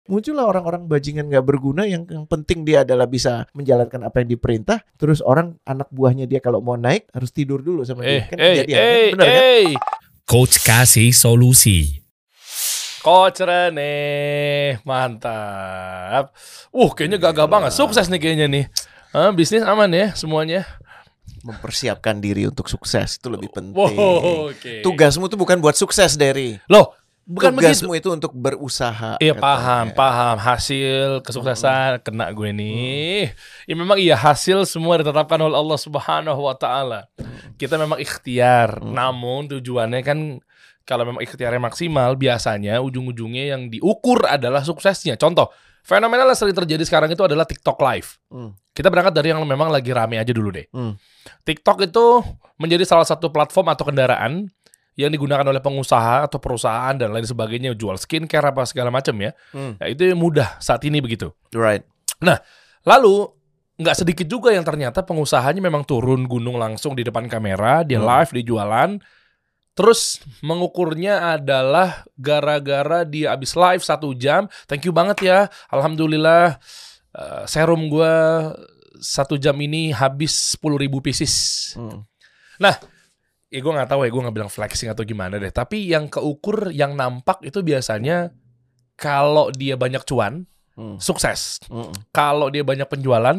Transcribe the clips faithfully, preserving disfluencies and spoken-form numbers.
Muncullah orang-orang bajingan gak berguna yang, yang penting dia adalah bisa menjalankan apa yang diperintah. Terus orang anak buahnya dia kalau mau naik harus tidur dulu sama Eh, dia. Kan eh, kejadian, eh, kan? Bener kan? eh. Coach kasih solusi. Coach Rene, mantap. Uh, kayaknya gagah banget. Sukses nih kayaknya nih. Hah, bisnis aman ya semuanya. Mempersiapkan diri untuk sukses itu lebih penting. Wow, okay. Tugasmu tuh bukan buat sukses, Derry. Loh, bukan Tugasmu begitu. itu untuk berusaha. Iya, katanya. paham, paham. Hasil kesuksesan kena gue nih. Ya memang iya, hasil semua ditetapkan oleh Allah Subhanahu wa taala. Kita memang ikhtiar, namun tujuannya kan kalau memang ikhtiarnya maksimal, biasanya ujung-ujungnya yang diukur adalah suksesnya. Contoh, fenomenal yang sering terjadi sekarang itu adalah TikTok Live. Hmm. Kita berangkat dari yang memang lagi rame aja dulu deh. Hmm. TikTok itu menjadi salah satu platform atau kendaraan yang digunakan oleh pengusaha atau perusahaan dan lain sebagainya, jual skincare apa segala macam ya. Hmm. Nah, itu mudah saat ini begitu. Right. Nah, lalu nggak sedikit juga yang ternyata pengusahanya memang turun gunung langsung di depan kamera, dia Hmm. live, dia jualan. Terus mengukurnya adalah gara-gara dia abis live satu jam, thank you banget ya, alhamdulillah uh, serum gue satu jam ini habis sepuluh ribu pieces. Hmm. Nah, ya gue nggak tahu ya, gue nggak bilang flexing atau gimana deh. Tapi yang keukur, yang nampak itu biasanya kalau dia banyak cuan, Hmm. sukses. Hmm. Kalau dia banyak penjualan,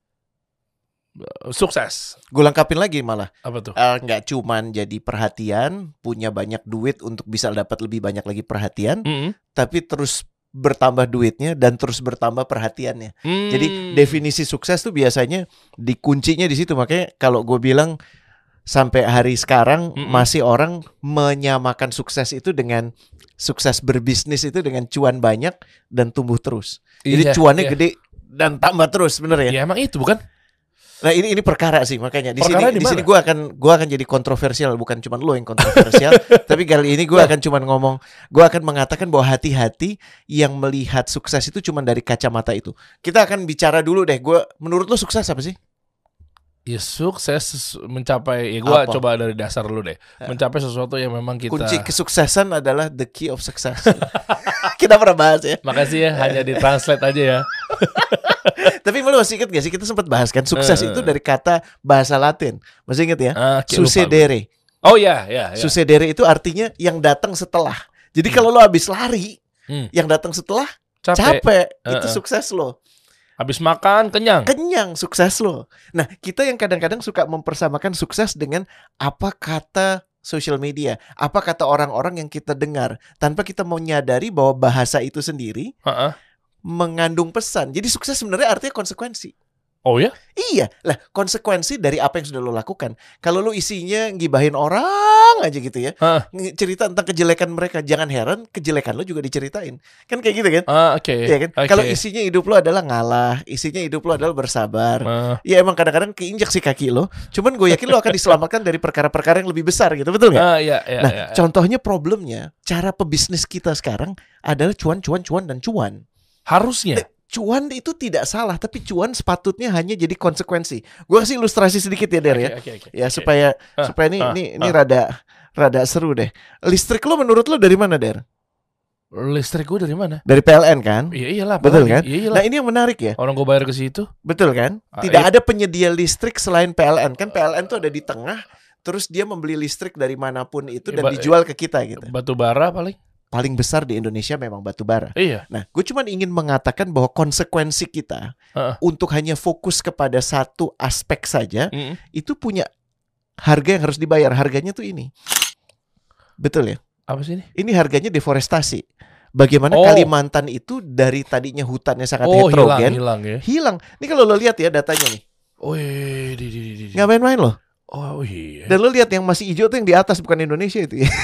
sukses. Gue lengkapin lagi malah. Apa tuh? Uh, nggak cuman jadi perhatian, punya banyak duit untuk bisa dapat lebih banyak lagi perhatian, Mm-hmm. tapi terus bertambah duitnya dan terus bertambah perhatiannya. Mm. Jadi definisi sukses tuh biasanya dikuncinya di situ. Makanya kalau gue bilang sampai hari sekarang Mm-mm. masih orang menyamakan sukses itu dengan sukses berbisnis itu dengan cuan banyak dan tumbuh terus. Jadi Iya, cuannya iya. gede dan tambah terus, bener ya? Ya emang itu bukan? Nah ini ini perkara sih, makanya di Perkara sini di di sini mana? gue akan gue akan jadi kontroversial, bukan cuma lo yang kontroversial, tapi kali ini gue akan cuma ngomong, gue akan mengatakan bahwa hati-hati yang melihat sukses itu cuma dari kacamata itu. Kita akan bicara dulu deh, gue menurut lo sukses apa sih? Ya sukses mencapai, ya gue Apa? coba dari dasar dulu deh, mencapai sesuatu yang memang kita. Kunci kesuksesan adalah the key of success. Kita pernah bahas ya. Makasih ya, hanya ditranslate aja ya. Tapi lo masih inget gak sih kita sempat bahas kan sukses Uh. itu dari kata bahasa Latin, masih inget ya? Ah, kayak lupa Sucedere. gue. Oh ya, ya, ya. Sucedere itu artinya yang datang setelah. Jadi kalau lo habis lari, Hmm. yang datang setelah Capek. capek, Uh-uh. itu sukses lo. Habis makan kenyang. Kenyang, sukses lo. Nah, kita yang kadang-kadang suka mempersamakan sukses dengan apa kata social media, apa kata orang-orang yang kita dengar, tanpa kita menyadari bahwa bahasa itu sendiri Uh-uh. mengandung pesan. Jadi sukses sebenarnya artinya konsekuensi. Oh ya? Iya, lah konsekuensi dari apa yang sudah lo lakukan. Kalau lo isinya ngibahin orang aja gitu ya, Ah. nge- cerita tentang kejelekan mereka, jangan heran kejelekan lo juga diceritain. Kan kayak gitu kan? Ah, oke. Iya kan? Oke. Kalau isinya hidup lo adalah ngalah, isinya hidup lo adalah bersabar. Ah. Ya emang kadang-kadang keinjak sih kaki lo. Cuman gue yakin lo akan diselamatkan dari perkara-perkara yang lebih besar gitu, betul nggak? Ah, iya, iya, Nah, iya. contohnya problemnya cara pebisnis kita sekarang adalah cuan, cuan, cuan dan cuan. Harusnya. Cuan itu tidak salah, tapi cuan sepatutnya hanya jadi konsekuensi. Gue kasih ilustrasi sedikit ya, Der ya. Oke, oke, oke. Ya Oke. supaya Ah, supaya ini ah, ini ini ah. rada rada seru deh. Listrik lo menurut lo dari mana, Der? Listrik gue dari mana? Dari P L N kan? Iya iyalah. Betul apalagi. kan? Iya iyalah. Nah, ini yang menarik ya. Orang gue bayar ke situ. Betul kan? Ah, Tidak iya. ada penyedia listrik selain P L N. Kan P L N tuh ada di tengah, terus dia membeli listrik dari manapun itu dan Ba- dijual ke kita gitu. Batu bara paling. Paling besar di Indonesia memang batu bara. Iya. Nah, gue cuma ingin mengatakan bahwa konsekuensi kita Heeh. untuk hanya fokus kepada satu aspek saja, Mm-mm. itu punya harga yang harus dibayar. Harganya tuh ini. Betul ya? Apa sih ini? Ini harganya deforestasi. Bagaimana Oh. Kalimantan itu dari tadinya hutannya sangat Oh hilang, heterogen, hilang ya. hilang. Ini kalau lo lihat ya datanya nih, Wih, di, di, di, di. nggak main-main loh. Oh iya. Dan lo lihat yang masih hijau tuh yang di atas, bukan Indonesia itu ya.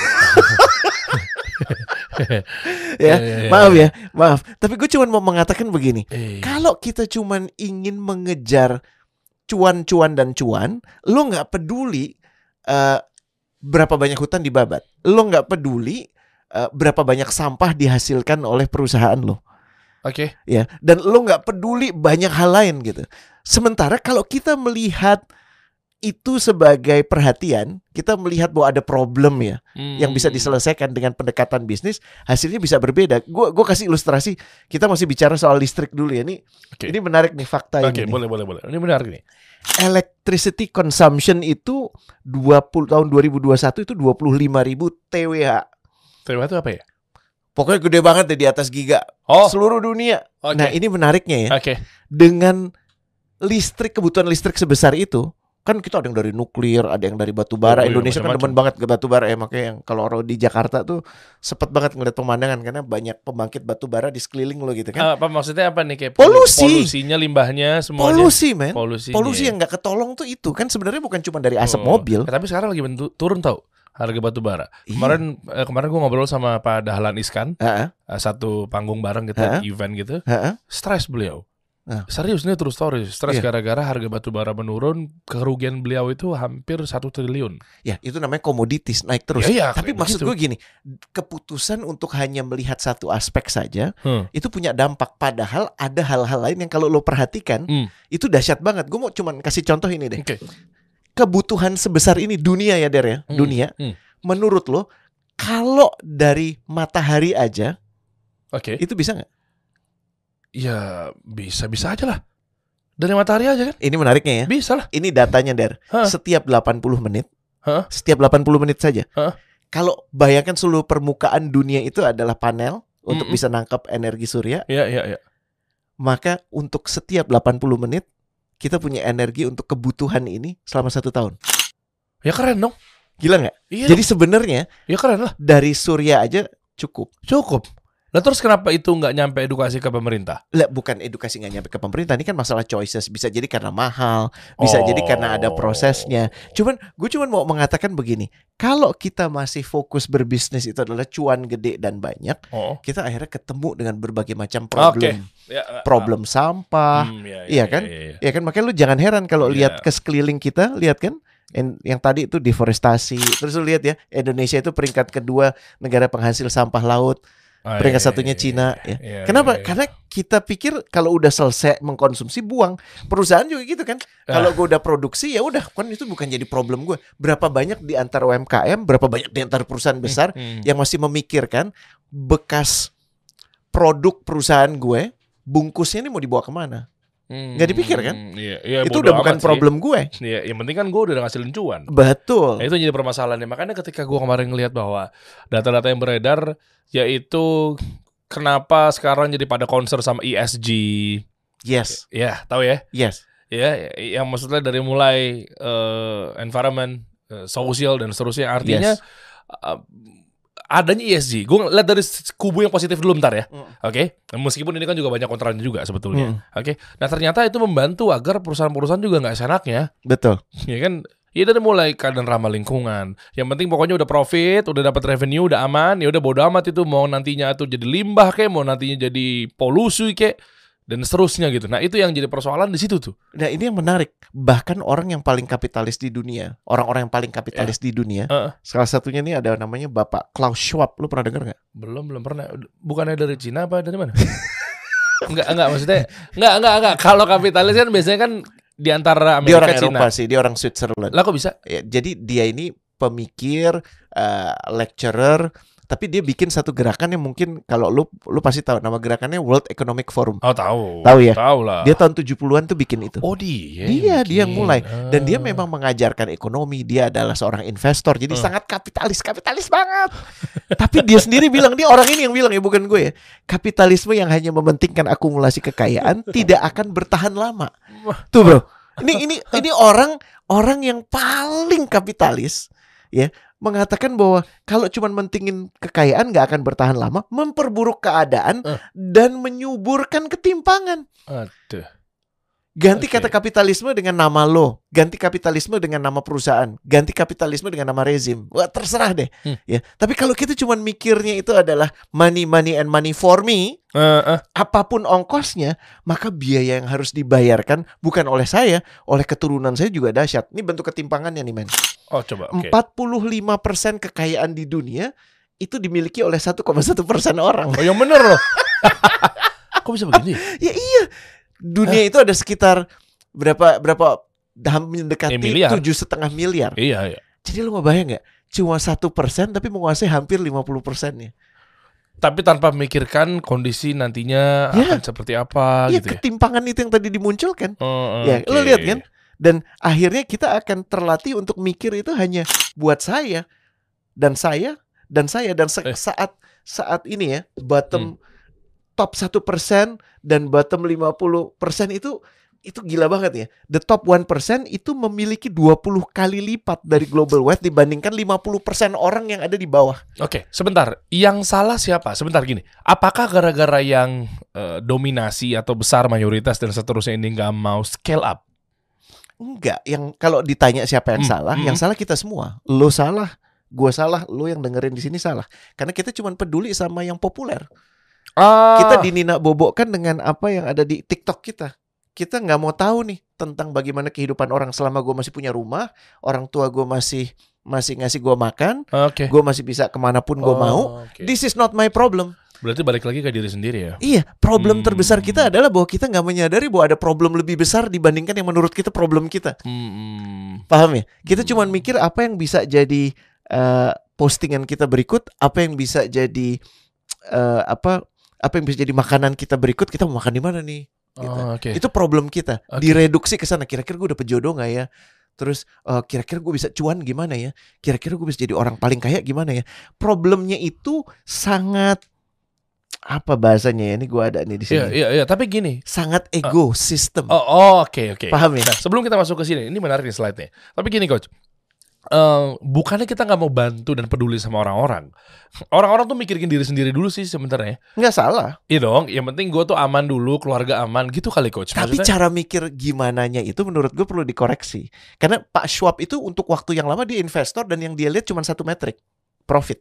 Ya, Iya, iya, iya. maaf ya, maaf. Tapi gue cuma mau mengatakan begini. Eh, Kalau kita cuman ingin mengejar cuan-cuan dan cuan, lo nggak peduli eh, berapa banyak hutan dibabat, lo nggak peduli eh, berapa banyak sampah dihasilkan oleh perusahaan lo, Oke. ya. Dan lo nggak peduli banyak hal lain gitu. Sementara kalau kita melihat itu sebagai perhatian, kita melihat bahwa ada problem ya Hmm. yang bisa diselesaikan dengan pendekatan bisnis, hasilnya bisa berbeda. Gue gue kasih ilustrasi, kita masih bicara soal listrik dulu ya. Ini Oke. ini menarik nih fakta Oke, ini. nih. boleh boleh boleh. Ini benar nih. Electricity consumption itu dua puluh tahun dua ribu dua puluh satu itu dua puluh lima ribu T W H. Terima itu apa ya? Pokoknya gede banget deh, di atas giga. Oh, Seluruh dunia. oke. Nah, ini menariknya ya. Oke. Dengan listrik, kebutuhan listrik sebesar itu, kan kita ada yang dari nuklir, ada yang dari batu bara. Oh, iya, Indonesia kan macam-macam. demen banget ke batu bara ya, makanya yang kalau orang di Jakarta tuh sepet banget ngeliat pemandangan karena banyak pembangkit batu bara di sekeliling lo gitu kan. Apa maksudnya apa nih kayak Polusi. polusinya, limbahnya semuanya. Polusi, men. Polusinya. Polusi yang nggak ketolong tuh itu kan sebenarnya bukan cuma dari asap Oh. mobil. Eh, tapi sekarang lagi bentu- turun tau harga batu bara. Iya. Kemarin eh, kemarin gue ngobrol sama Pak Dahlan Iskan, Heeh, eh, satu panggung bareng gitu, Hah? event gitu. heeh. Stres beliau. Ah. Serius nih, true story. Stres Iya. gara-gara harga batu bara menurun, kerugian beliau itu hampir satu triliun. Ya, itu namanya komoditis naik terus. Iya, iya, Tapi kayak maksud begitu. gue gini, keputusan untuk hanya melihat satu aspek saja Hmm. itu punya dampak. Padahal ada hal-hal lain yang kalau lo perhatikan Hmm. itu dahsyat banget. Gue mau cuman kasih contoh ini deh. Oke. Kebutuhan sebesar ini dunia ya, Der ya, Hmm. dunia. Hmm. Menurut lo, kalau dari matahari aja Oke. itu bisa nggak? Ya bisa-bisa aja lah. Dari matahari aja kan? Ini menariknya ya. Bisa lah. Ini datanya, Der. Hah? Setiap delapan puluh menit, Hah? setiap delapan puluh menit saja. Hah? Kalau bayangkan seluruh permukaan dunia itu adalah panel untuk Mm-mm. bisa nangkap energi surya, Iya, iya, iya. maka untuk setiap delapan puluh menit kita punya energi untuk kebutuhan ini selama satu tahun. Ya keren dong. Gila nggak? Iya. Jadi sebenarnya ya keren lah. dari surya aja cukup. Cukup. Nah terus kenapa itu nggak nyampe edukasi ke pemerintah? Lah, bukan edukasi nggak nyampe ke pemerintah. Ini kan masalah choices. Bisa jadi karena mahal, bisa Oh. jadi karena ada prosesnya. Cuman gue cuman mau mengatakan begini, kalau kita masih fokus berbisnis itu adalah cuan gede dan banyak, Oh. kita akhirnya ketemu dengan berbagai macam Oke. problem. Ya, Problem sampah. Hmm, ya, Iya kan? Iya, iya. Ya kan, makanya lu jangan heran kalau Iya. lihat ke sekeliling kita, lihat kan yang, yang tadi itu deforestasi. Terus lu lihat ya, Indonesia itu peringkat kedua negara penghasil sampah laut. Ah, Peringkat iya, satunya iya, Cina iya, ya. iya, Kenapa? iya, iya. Karena kita pikir kalau udah selesai mengkonsumsi buang. Perusahaan juga gitu kan. Kalau gue udah produksi ya udah, kan itu bukan jadi problem gue. Berapa banyak di antara U M K M, berapa banyak di antara perusahaan besar Hmm. yang masih memikirkan bekas produk perusahaan gue, bungkusnya ini mau dibawa kemana? Hmm. Nggak dipikir kan? Iya, iya, Itu bodo udah bukan amat sih. problem gue. Iya, yang penting kan gue udah ngasilin cuan. Betul. Nah, itu jadi permasalahannya. Makanya ketika gue kemarin ngelihat bahwa data-data yang beredar yaitu kenapa sekarang jadi pada concern sama E S G. Yes. Ya, tahu ya? Yes. Ya, yang maksudnya dari mulai eh, environment, eh, sosial dan seterusnya. Artinya Yes. eh, adanya E S G. Gue lihat dari kubu yang positif dulu bentar ya. Mm. Oke. Meskipun ini kan juga banyak kontranya juga sebetulnya. Mm. Oke. Nah, ternyata itu membantu agar perusahaan-perusahaan juga nggak senaknya. Betul. Ya kan? Ya dari mulai keadaan ramah lingkungan. Yang penting pokoknya udah profit, udah dapat revenue, udah aman. Ya udah bodo amat itu mau nantinya itu jadi limbah kayak, mau nantinya jadi polusi kayak, dan seterusnya gitu. Nah itu yang jadi persoalan di situ tuh. Nah, ini yang menarik. Bahkan orang yang paling kapitalis di dunia, orang-orang yang paling kapitalis di dunia, Uh, salah satunya ini ada namanya Bapak Klaus Schwab. Lu pernah dengar nggak? belum belum pernah. Bukannya dari Cina apa dari mana? enggak enggak maksudnya enggak enggak enggak. Kalau kapitalis kan biasanya kan di antara Dia orang Amerika Cina. Eropa sih, dia orang Switzerland. Lah kok bisa? Ya, jadi dia ini pemikir, eh, lecturer, tapi dia bikin satu gerakan yang mungkin kalau lu lu pasti tahu nama gerakannya World Economic Forum. Oh tahu. Tahu ya? Tahu lah. Dia tahun tujuh puluhan tuh bikin itu. Oh dia. Dia dia yang mulai, dan dia Ah. memang mengajarkan ekonomi. Dia adalah seorang investor, jadi Hmm. sangat kapitalis, kapitalis banget. Tapi dia sendiri bilang, dia orang ini yang bilang ya, bukan gue ya. Kapitalisme yang hanya mementingkan akumulasi kekayaan tidak akan bertahan lama. Tuh bro, ini ini ini orang orang yang paling kapitalis ya, mengatakan bahwa kalau cuma mentingin kekayaan nggak akan bertahan lama, memperburuk keadaan Uh. dan menyuburkan ketimpangan. Aduh. Ganti Oke. kata kapitalisme dengan nama lo, ganti kapitalisme dengan nama perusahaan, ganti kapitalisme dengan nama rezim. Wah, terserah deh. Hmm. Ya, tapi kalau kita cuma mikirnya itu adalah money, money and money for me, Uh, uh. apapun ongkosnya, maka biaya yang harus dibayarkan bukan oleh saya, oleh keturunan saya juga dahsyat. Ini bentuk ketimpangannya nih, men. Oh coba. Oke. empat puluh lima persen kekayaan di dunia itu dimiliki oleh satu koma satu persen orang. Oh yang bener loh. Kok bisa begini? Ya iya. Dunia itu ada sekitar berapa berapa mendekati Eh, miliar. tujuh setengah miliar. Iya, iya. Jadi lu ngebayang nggak? Cuma satu persen tapi menguasai hampir lima puluh persennya. Tapi tanpa memikirkan kondisi nantinya Ya. akan seperti apa Iya, gitu ya. ketimpangan itu yang tadi dimunculkan. Oh, Ya, oke. lo lihat kan? Dan akhirnya kita akan terlatih untuk mikir itu hanya buat saya dan saya dan saya dan se- Eh. saat saat ini ya bottom top satu persen dan bottom lima puluh persen itu itu gila banget ya. The top one percent itu memiliki dua puluh kali lipat dari global wealth dibandingkan lima puluh persen orang yang ada di bawah. Oke, sebentar. Yang salah siapa? Sebentar gini. Apakah gara-gara yang eh, dominasi atau besar mayoritas dan seterusnya ini nggak mau scale up? Enggak, yang kalau ditanya siapa yang Hmm, salah, hmm. yang salah kita semua. Lo salah, gua salah, lo yang dengerin di sini salah. Karena kita cuma peduli sama yang populer. Ah, Kita dinina bobokkan dengan apa yang ada di TikTok kita. Kita nggak mau tahu nih tentang bagaimana kehidupan orang selama gue masih punya rumah, orang tua gue masih masih ngasih gue makan, Oke. gue masih bisa kemanapun gue Oh, mau. oke. This is not my problem. Berarti balik lagi ke diri sendiri ya. Iya, problem Hmm. terbesar kita adalah bahwa kita nggak menyadari bahwa ada problem lebih besar dibandingkan yang menurut kita problem kita. Hmm. Paham ya? Kita cuma mikir apa yang bisa jadi eh, postingan kita berikut, apa yang bisa jadi eh, apa apa yang bisa jadi makanan kita berikut, kita mau makan di mana nih? Gitu. Oh, oke. Itu problem kita. Oke. Direduksi ke sana. Kira-kira gue dapet jodoh nggak ya? Terus eh, kira-kira gue bisa cuan gimana ya? Kira-kira gue bisa jadi orang paling kaya gimana ya? Problemnya itu sangat apa bahasanya ya? Ini gue ada nih di sini. Iya, iya, iya. Tapi gini. Sangat ego system. Oh, oh, oke, oke. Paham ya? Nah, sebelum kita masuk ke sini, ini menarik nih slide-nya. Tapi gini, Coach. Eh, bukannya kita nggak mau bantu dan peduli sama orang-orang. Orang-orang tuh mikirin diri sendiri dulu sih sebenarnya. Nggak salah. Iya dong. Yang penting gue tuh aman dulu, keluarga aman, gitu kali, Coach. Tapi Maksudnya, cara mikir gimananya itu menurut gue perlu dikoreksi. Karena Pak Schwab itu untuk waktu yang lama dia investor dan yang dia lihat cuma satu metrik, profit.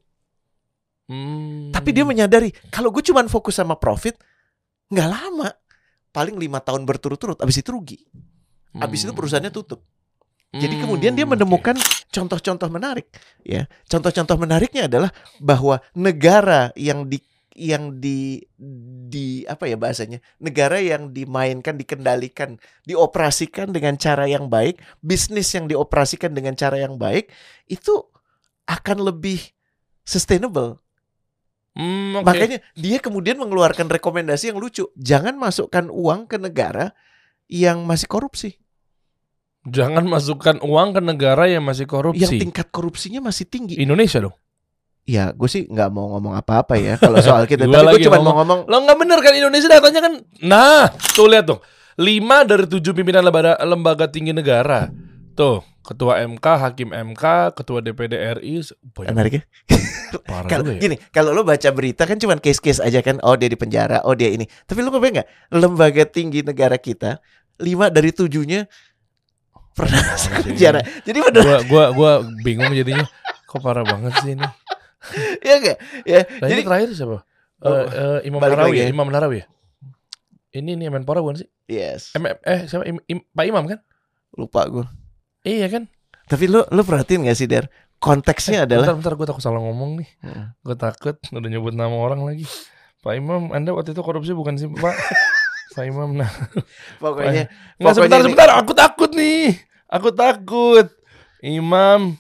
hmm, Tapi dia menyadari kalau gue cuma fokus sama profit, nggak lama, paling lima tahun berturut-turut, abis itu rugi, abis itu perusahaannya tutup. Jadi Hmm, kemudian dia oke. menemukan contoh-contoh menarik, ya. Contoh-contoh menariknya adalah bahwa negara yang di yang di di apa ya bahasanya, negara yang dimainkan, dikendalikan, dioperasikan dengan cara yang baik, bisnis yang dioperasikan dengan cara yang baik, itu akan lebih sustainable. Hmm, oke. Makanya dia kemudian mengeluarkan rekomendasi yang lucu. Jangan masukkan uang ke negara yang masih korupsi, Jangan masukkan uang ke negara yang masih korupsi. yang tingkat korupsinya masih tinggi. Indonesia dong. Ya, gue sih nggak mau ngomong apa-apa ya kalau soal kita. Gua Tapi lagi gue cuma ngomong. mau ngomong. Lo nggak bener kan, Indonesia datanya kan. Nah, tuh lihat dong. Lima dari tujuh pimpinan lembaga, lembaga tinggi negara. Tuh, ketua M K, hakim M K, ketua D P D R I. Banyak Menarik ya. parah Kalau juga ya. gini, kalau lo baca berita kan cuma case-case aja kan. Oh dia di penjara, oh dia ini. Tapi lo kebayang nggak? Lembaga tinggi negara kita lima dari tujuhnya pernah masuk penjara. Jadi bener Gua, gua, gua bingung jadinya. Kok parah banget sih ini. ya nggak? Ya. Nah, Jadi ini terakhir siapa? Oh, Eh, eh, Imam balik Nahrawi lagi ya? ya. Imam Nahrawi ya? Ini nih Menpora bukan sih? yes. M- eh siapa? Im- Im- Pak Imam kan? Lupa gue. Iya kan? Tapi lo lo perhatiin nggak sih Der? Konteksnya adalah Bentar, bentar, gue takut salah ngomong nih. Heeh. Gue takut udah nyebut nama orang lagi. Pak Imam, Anda waktu itu korupsi bukan sih Pak? Pak Imam, nah. pokoknya Nggak, pokoknya sebentar, ini- sebentar. Aku takut nih. Aku takut. Imam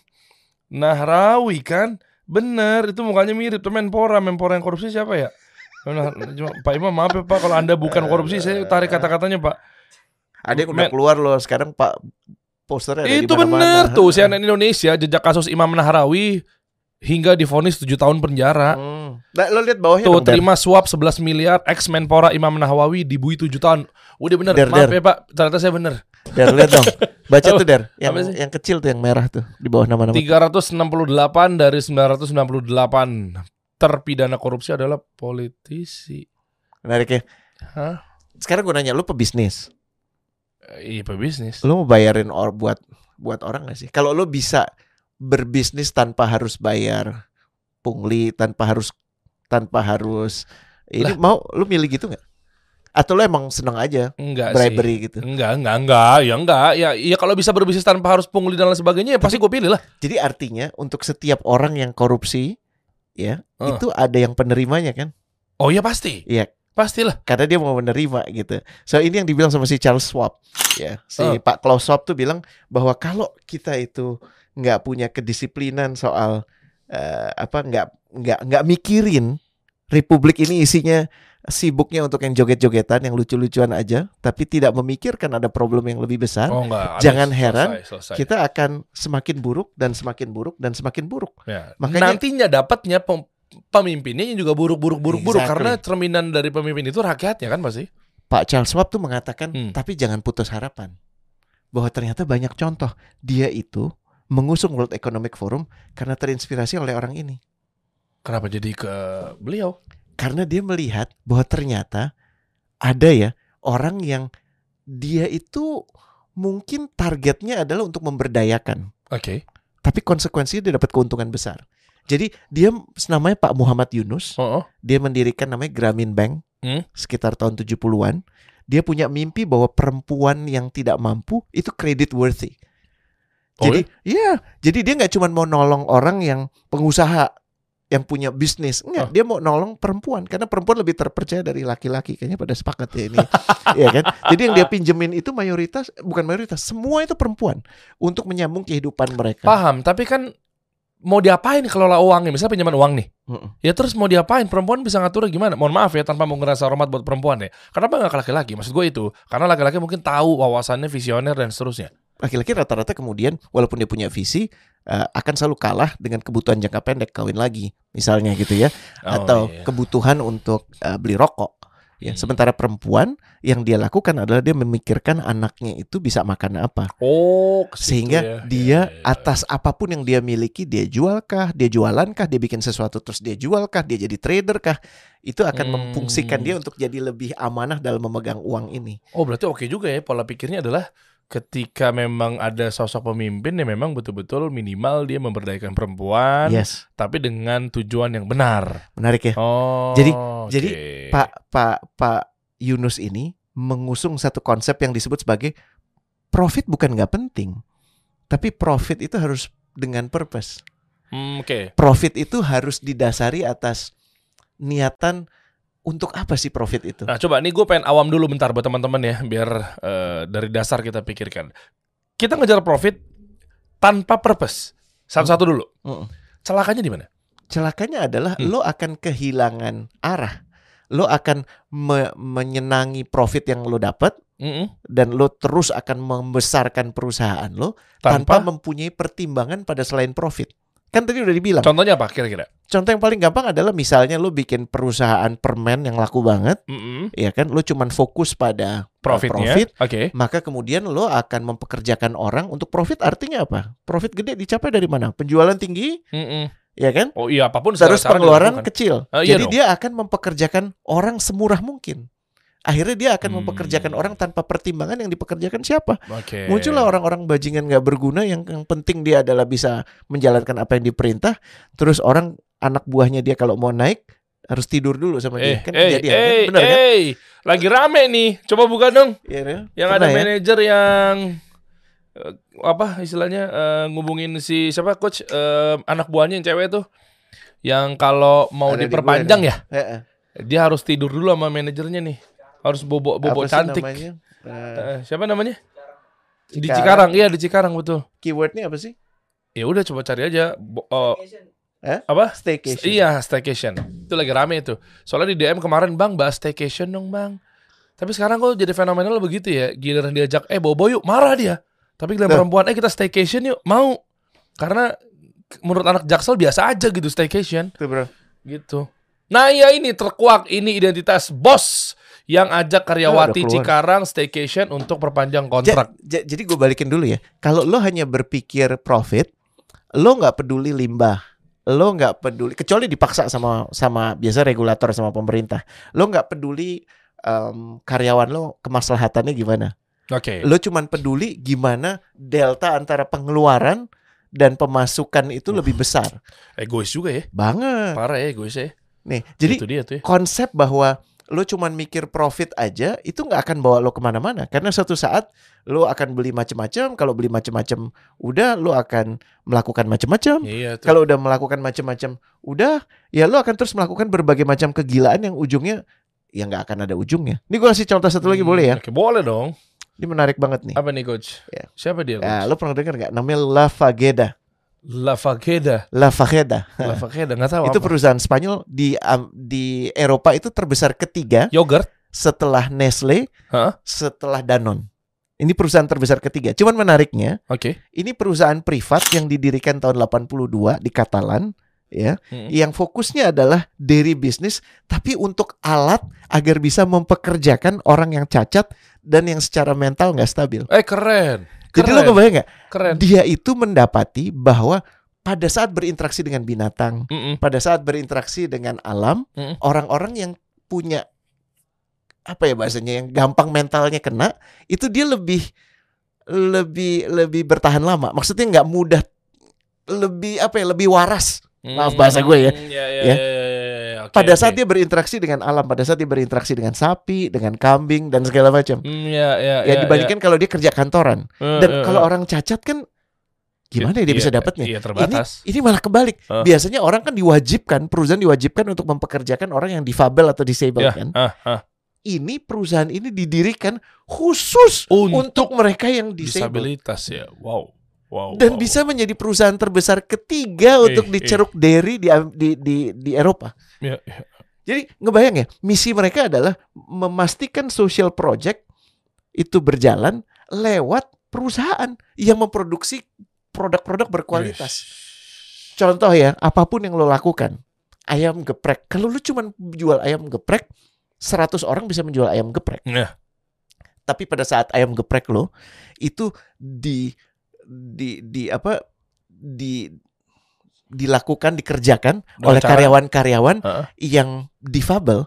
Nahrawi kan? Bener, itu mukanya mirip tuh Menpora. Menpora yang korupsi siapa ya? Nah, cuma, Pak Imam, maaf ya Pak, kalau Anda bukan korupsi, saya tarik kata-katanya Pak. ada yang udah Men- keluar loh sekarang Pak posternya ada di Itu mana-mana. bener tuh, C N N Indonesia, jejak kasus Imam Nahrawi hingga divonis tujuh tahun penjara. Hmm. Nah, lo lihat bawahnya Tuh dong, Der. terima suap sebelas miliar, ex Menpora Imam Nahrawi dibui tujuh tahun. Udah bener, Der, maaf Der. ya Pak, ternyata saya bener. Der, lihat dong. Baca Apa? tuh Der, yang Apa sih? yang kecil tuh yang merah tuh di bawah nama-nama. tiga ratus enam puluh delapan dari sembilan ratus sembilan puluh delapan terpidana korupsi adalah politisi. Menarik ya. Hah? Sekarang gue nanya lu pebisnis. Eh, Iya pebisnis. Lu mau bayarin or buat buat orang gak sih? Kalau lu bisa berbisnis tanpa harus bayar pungli, tanpa harus tanpa harus ini mau lu milih gitu nggak? Atau lu emang seneng aja Enggak bribery sih. gitu? Enggak, enggak, enggak, ya enggak. Ya, ya kalau bisa berbisnis tanpa harus pungli dan lain sebagainya, ya pasti gue pilih lah. Jadi artinya untuk setiap orang yang korupsi ya, Uh. itu ada yang penerimanya kan? Oh iya pasti. Iya. Pastilah. Karena dia mau menerima gitu. So ini yang dibilang sama si Charles Schwab, ya, si Oh. Pak Klaus Schwab tuh bilang bahwa kalau kita itu nggak punya kedisiplinan soal uh, apa nggak nggak nggak mikirin Republik ini isinya sibuknya untuk yang joget-jogetan, yang lucu-lucuan aja, tapi tidak memikirkan ada problem yang lebih besar. Oh enggak. Ada, Jangan selesai, heran selesai. kita akan semakin buruk dan semakin buruk dan semakin buruk. Ya. Makanya- Nantinya dapatnya pem- pemimpinnya yang juga buruk-buruk-buruk-buruk Exactly. karena cerminan dari pemimpin itu rakyatnya kan pasti. Pak Charles Schwab tuh mengatakan, Hmm. tapi jangan putus harapan. Bahwa ternyata banyak contoh. Dia itu mengusung World Economic Forum karena terinspirasi oleh orang ini. Kenapa jadi ke beliau? Karena dia melihat bahwa ternyata ada ya orang yang dia itu mungkin targetnya adalah untuk memberdayakan. Oke. Tapi konsekuensinya dia dapat keuntungan besar. Jadi dia namanya Pak Muhammad Yunus. Oh, oh. Dia mendirikan namanya Grameen Bank Hmm? sekitar tahun tujuh puluhan. Dia punya mimpi bahwa perempuan yang tidak mampu itu credit worthy. Oh, Jadi ya, jadi dia nggak cuma mau nolong orang yang pengusaha yang punya bisnis, enggak, Oh. dia mau nolong perempuan karena perempuan lebih terpercaya dari laki-laki. Kayaknya pada sepakat ya ini. Iya kan? Jadi yang dia pinjemin itu mayoritas, bukan mayoritas, semua itu perempuan untuk menyambung kehidupan mereka. Paham, tapi kan mau diapain kelola uangnya? Misalnya pinjaman uang nih. Mm-mm. Ya terus mau diapain? Perempuan bisa ngatur gimana? Mohon maaf ya, tanpa mau ngerasa hormat buat perempuan ya. Kenapa nggak ke laki-laki? Maksud gue itu, karena laki-laki mungkin tahu wawasannya, visioner dan seterusnya. Laki-laki rata-rata kemudian walaupun dia punya visi uh, akan selalu kalah dengan kebutuhan jangka pendek, kawin lagi misalnya gitu ya, Oh, atau iya. kebutuhan untuk uh, beli rokok ya. Hmm. Sementara perempuan yang dia lakukan adalah dia memikirkan anaknya itu bisa makan apa. Oh, ke situ Sehingga ya. dia Ya, ya, ya. atas apapun yang dia miliki, dia jualkah, dia jualankah, dia bikin sesuatu terus dia jualkah, dia jadi traderkah, itu akan Hmm. memfungsikan dia untuk jadi lebih amanah dalam memegang uang ini. Oh, berarti oke juga ya, pola pikirnya adalah ketika memang ada sosok pemimpin ya memang betul-betul minimal dia memberdayakan perempuan, Yes, tapi dengan tujuan yang benar. menarik ya. Oh, Jadi- oke. jadi Pak Pak Pak Yunus ini mengusung satu konsep yang disebut sebagai profit bukan nggak penting, tapi profit itu harus dengan purpose. Hmm, oke. Profit itu harus didasari atas niatan untuk apa sih profit itu? Nah, coba nih gue pengen awam dulu bentar buat teman-teman ya, biar eh, dari dasar kita pikirkan. Kita ngejar profit tanpa purpose. Satu-satu dulu. Mm-mm. Celakanya di mana? Celakanya adalah Hmm. lo akan kehilangan arah. Lo akan me- menyenangi profit yang lo dapat Mm-mm. dan lo terus akan membesarkan perusahaan lo tanpa, Tanpa, mempunyai pertimbangan pada selain profit. Kan tadi udah dibilang. contohnya apa kira-kira? Contoh yang paling gampang adalah misalnya lo bikin perusahaan permen yang laku banget, Mm-mm. ya kan? Lo cuman fokus pada uh, Profitnya. profit, Oke. maka kemudian lo akan mempekerjakan orang untuk profit. Artinya apa? Profit gede dicapai dari mana? Penjualan tinggi, Mm-mm. ya kan? Oh iya, apapun segala Terus cara pengeluaran dilakukan. kecil. Ah, iya Jadi dong. dia akan mempekerjakan orang semurah mungkin. Akhirnya dia akan Hmm. mempekerjakan orang tanpa pertimbangan yang dipekerjakan siapa. Oke. Muncullah orang-orang bajingan gak berguna yang, yang penting dia adalah bisa menjalankan apa yang diperintah. Terus orang anak buahnya dia kalau mau naik harus tidur dulu sama Eh, dia. Kan eh, kejadian kan? eh, Bener kan? eh, lagi rame nih. Coba buka dong. Iya, ya? Yang Pernah ada ya? manajer yang eh, apa istilahnya eh, ngubungin si siapa coach eh, anak buahnya yang cewek tuh, yang kalau mau Ada di diperpanjang gue ya Eh, eh. dia harus tidur dulu sama manajernya nih, harus bobo bobo Apa sih cantik. namanya? Eh, Eh, siapa namanya? Di Cikarang. Cikarang, iya di Cikarang betul. keywordnya apa sih? Ya udah coba cari aja. Bo- oh, Eh? apa? Staycation. Iya, staycation. Itu lagi rame itu. Soalnya di D M kemarin, "Bang, bahas staycation dong, Bang." Tapi sekarang kok jadi fenomenal begitu ya. Giliran diajak, "Eh, bobo yuk." Marah dia. Tapi giliran Tuh. perempuan, "Eh, kita staycation yuk." Mau. Karena menurut anak Jaksel biasa aja gitu staycation Tuh, bro. gitu. Nah, iya ini terkuak, ini identitas bos yang ajak karyawati Ah, udah keluar. Cikarang staycation untuk perpanjang Ja- kontrak. ja- jadi gue balikin dulu ya. Kalau lo hanya berpikir profit, lo nggak peduli limbah, lo nggak peduli kecuali dipaksa sama sama biasa regulator sama pemerintah. Lo nggak peduli em, karyawan lo kemaslahatannya gimana. Oke. Lo cuman peduli gimana delta antara pengeluaran dan pemasukan itu lebih besar. Egois juga ya. Banget. Parah ya egois ya. Nih, jadi Itu dia tuh ya. konsep bahwa lo cuman mikir profit aja itu nggak akan bawa lo kemana-mana karena suatu saat lo akan beli macam-macam. Kalau beli macam-macam udah lo akan melakukan macam-macam. Iya tuh. Kalau udah melakukan macam-macam udah ya lo akan terus melakukan berbagai macam kegilaan yang ujungnya ya nggak akan ada ujungnya. Ini gue kasih contoh satu lagi Hmm, boleh ya? Oke, boleh dong. Ini menarik banget nih. Apa nih coach? Ya. Siapa dia? Nah, Coach? lo pernah dengar nggak? Namanya La Fageda. La Fageda. La Fageda. La Fageda nggak tahu Itu apa. perusahaan Spanyol di um, di Eropa itu terbesar ketiga Yogurt. setelah Nestle, Hah? setelah Danone. Ini perusahaan terbesar ketiga. Cuman menariknya, Oke. ini perusahaan privat yang didirikan tahun delapan puluh dua di Katalan, ya, Hmm. yang fokusnya adalah dairy business, tapi untuk alat agar bisa mempekerjakan orang yang cacat dan yang secara mental nggak stabil. Eh keren. Jadi Keren. lo kebayang nggak? Keren. Dia itu mendapati bahwa pada saat berinteraksi dengan binatang, Mm-mm. pada saat berinteraksi dengan alam, Mm-mm. orang-orang yang punya apa ya bahasanya, yang gampang mentalnya kena, itu dia lebih lebih lebih bertahan lama. Maksudnya nggak mudah, lebih apa ya, lebih waras. Maaf bahasa gue ya. Mm, ya, ya, Ya. ya, ya, ya. Oke, Pada oke. saat dia berinteraksi dengan alam, pada saat dia berinteraksi dengan sapi, dengan kambing dan segala macam. Mm, ya, ya, Ya dibandingkan kalau dia kerja kantoran. ya. Dan Eh, eh, kalau eh. orang cacat kan gimana ya dia Iya, bisa dapatnya? Iya Ini terbatas. ini malah kebalik. Hah? Biasanya orang kan diwajibkan, perusahaan diwajibkan untuk mempekerjakan orang yang difabel atau disabled Ya. kan. Ah, ah. Ini perusahaan ini didirikan khusus Untuk untuk mereka yang disabled. disabilitas ya. Wow. Wow. Dan wow. bisa menjadi perusahaan terbesar ketiga Eh, untuk eh. diceruk dairy di, di di di Eropa. Ya, ya. Jadi ngebayang ya, misi mereka adalah memastikan social project itu berjalan lewat perusahaan yang memproduksi produk-produk berkualitas. Yes. Contoh ya, apapun yang lo lakukan, ayam geprek. Kalau lo cuma jual ayam geprek, seratus orang bisa menjual ayam geprek. Ya. Tapi pada saat ayam geprek lo itu di di di apa di dilakukan dikerjakan Dengan oleh cara- karyawan-karyawan Heeh. yang difabel,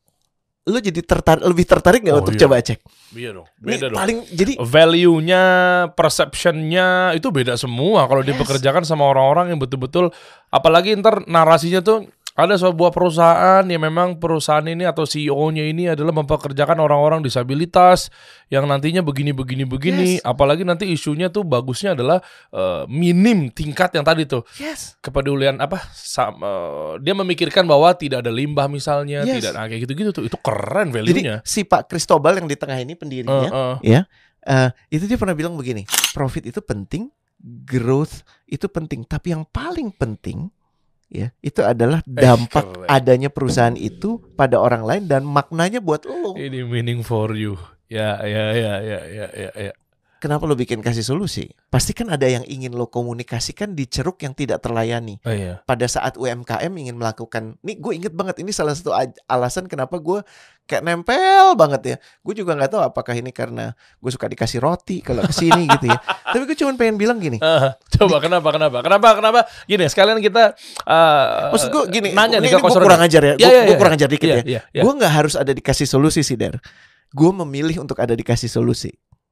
lo jadi tertarik, lebih tertarik nggak Oh, untuk iya. coba cek? Iya dong. Ini Beda dong. paling jadi Value-nya, perception-nya itu beda semua kalau Yes. dipekerjakan sama orang-orang yang betul-betul, apalagi ntar narasinya tuh ada sebuah perusahaan yang memang perusahaan ini atau C E O-nya ini adalah mempekerjakan orang-orang disabilitas yang nantinya begini-begini-begini. Yes. Apalagi nanti isunya tuh bagusnya adalah eh, minim tingkat yang tadi tuh yes. kepedulian apa? Sam, eh, dia memikirkan bahwa tidak ada limbah misalnya, Yes. tidak nah, kayak gitu-gitu tuh itu keren Jadi value-nya. si Pak Cristobal yang di tengah ini pendirinya, Eh, eh. ya, eh, itu dia pernah bilang begini, profit itu penting, growth itu penting, tapi yang paling penting, ya, itu adalah dampak keren. adanya perusahaan itu pada orang lain dan maknanya buat lo. Ini meaning for you. Ya, ya, ya, ya, ya, ya, ya. Kenapa lo bikin kasih solusi? Pasti kan ada yang ingin lo komunikasikan di ceruk yang tidak terlayani. Oh, iya. Pada saat U M K M ingin melakukan, nih gue inget banget, ini salah satu aj- alasan kenapa gue kayak nempel banget ya. Gue juga nggak tahu apakah ini karena gue suka dikasih roti kalau kesini gitu ya. Tapi gue cuma pengen bilang gini. Ah, coba kenapa, kenapa, kenapa, kenapa? Gini, sekalian kita uh, Maksud gue gini, nanya ini, nih ini ke gue Coach kurang Roni. ajar ya. Ya, Gue ya, ya, kurang ajar dikit ya, ya. ya, ya. Gue nggak harus ada dikasih solusi sih, Der. Gue memilih untuk ada dikasih solusi.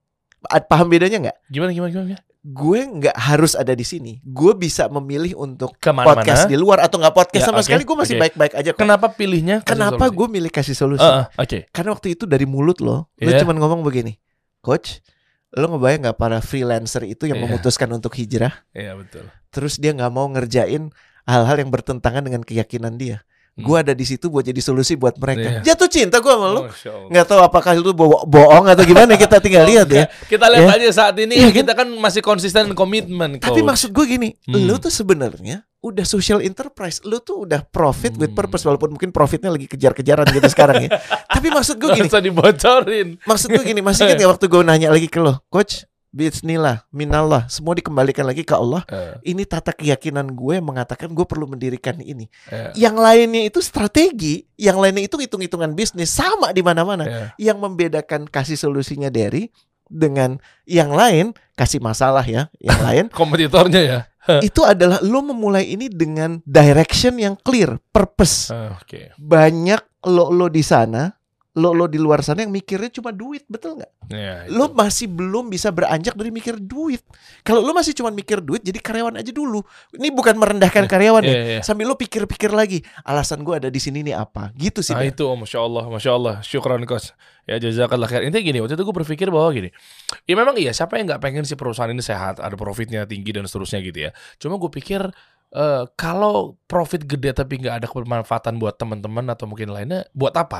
A- Paham bedanya nggak? Gimana, gimana, gimana? Gue nggak harus ada di sini. Gue bisa memilih untuk Kemana-mana. podcast di luar atau nggak podcast Ya, sama oke, sekali. Gue masih oke. baik-baik aja kok. Kenapa pilihnya? kasih Kenapa solusi? gue milih kasih solusi? Ah, ah, Oke. Karena waktu itu dari mulut lo, lo Iya. cuman ngomong begini, Coach, lo ngebayang nggak para freelancer itu yang Iya. memutuskan untuk hijrah, Iya, betul. terus dia nggak mau ngerjain hal-hal yang bertentangan dengan keyakinan dia. Hmm. Gue ada di situ buat jadi solusi buat mereka. Iya. Jatuh cinta gue sama lo. Masya Allah. Nggak tahu apakah itu bo- bohong atau gimana, kita tinggal lihat ya. Kita lihat Ya. aja saat ini Iya, kan? kita kan masih konsisten dan komitmen. Tapi Coach. maksud gue gini, Hmm. lo tuh sebenarnya udah social enterprise, lo tuh udah profit with Hmm. purpose, walaupun mungkin profitnya lagi kejar-kejaran gitu sekarang ya. Tapi maksud gue gini, Nggak usah dibocorin. maksud gue gini, masih ingat ya waktu gue nanya lagi ke lo, Coach, bismillah, minallah, semua dikembalikan lagi ke Allah. Eh, Ini tata keyakinan gue yang mengatakan gue perlu mendirikan ini. eh, Yang lainnya itu strategi, yang lainnya itu hitung-hitungan bisnis, sama di mana-mana. eh. Yang membedakan kasih solusinya dari dengan yang lain, kasih masalah ya, yang lain Kompetitornya ya. itu adalah lo memulai ini dengan direction yang clear, purpose. Ah, Oke. Banyak lo lo di sana, lo lo di luar sana yang mikirnya cuma duit, betul nggak? Ya, itu. Lo masih belum bisa beranjak dari mikir duit. Kalau lo masih cuma mikir duit, jadi karyawan aja dulu. Ini bukan merendahkan karyawan Iya, ya. iya. Sambil lo pikir-pikir lagi, alasan gue ada di sini nih apa? Gitu sih. Nah Der. itu, oh, masya Allah, masya Allah, syukran Coach. Ya jazakallah khair. Intinya gini, waktu itu gue berpikir bahwa gini, ya memang iya, siapa yang nggak pengen si perusahaan ini sehat, ada profitnya tinggi dan seterusnya gitu ya. Cuma gue pikir eh, kalau profit gede tapi nggak ada kebermanfaatan buat teman-teman atau mungkin lainnya, buat apa?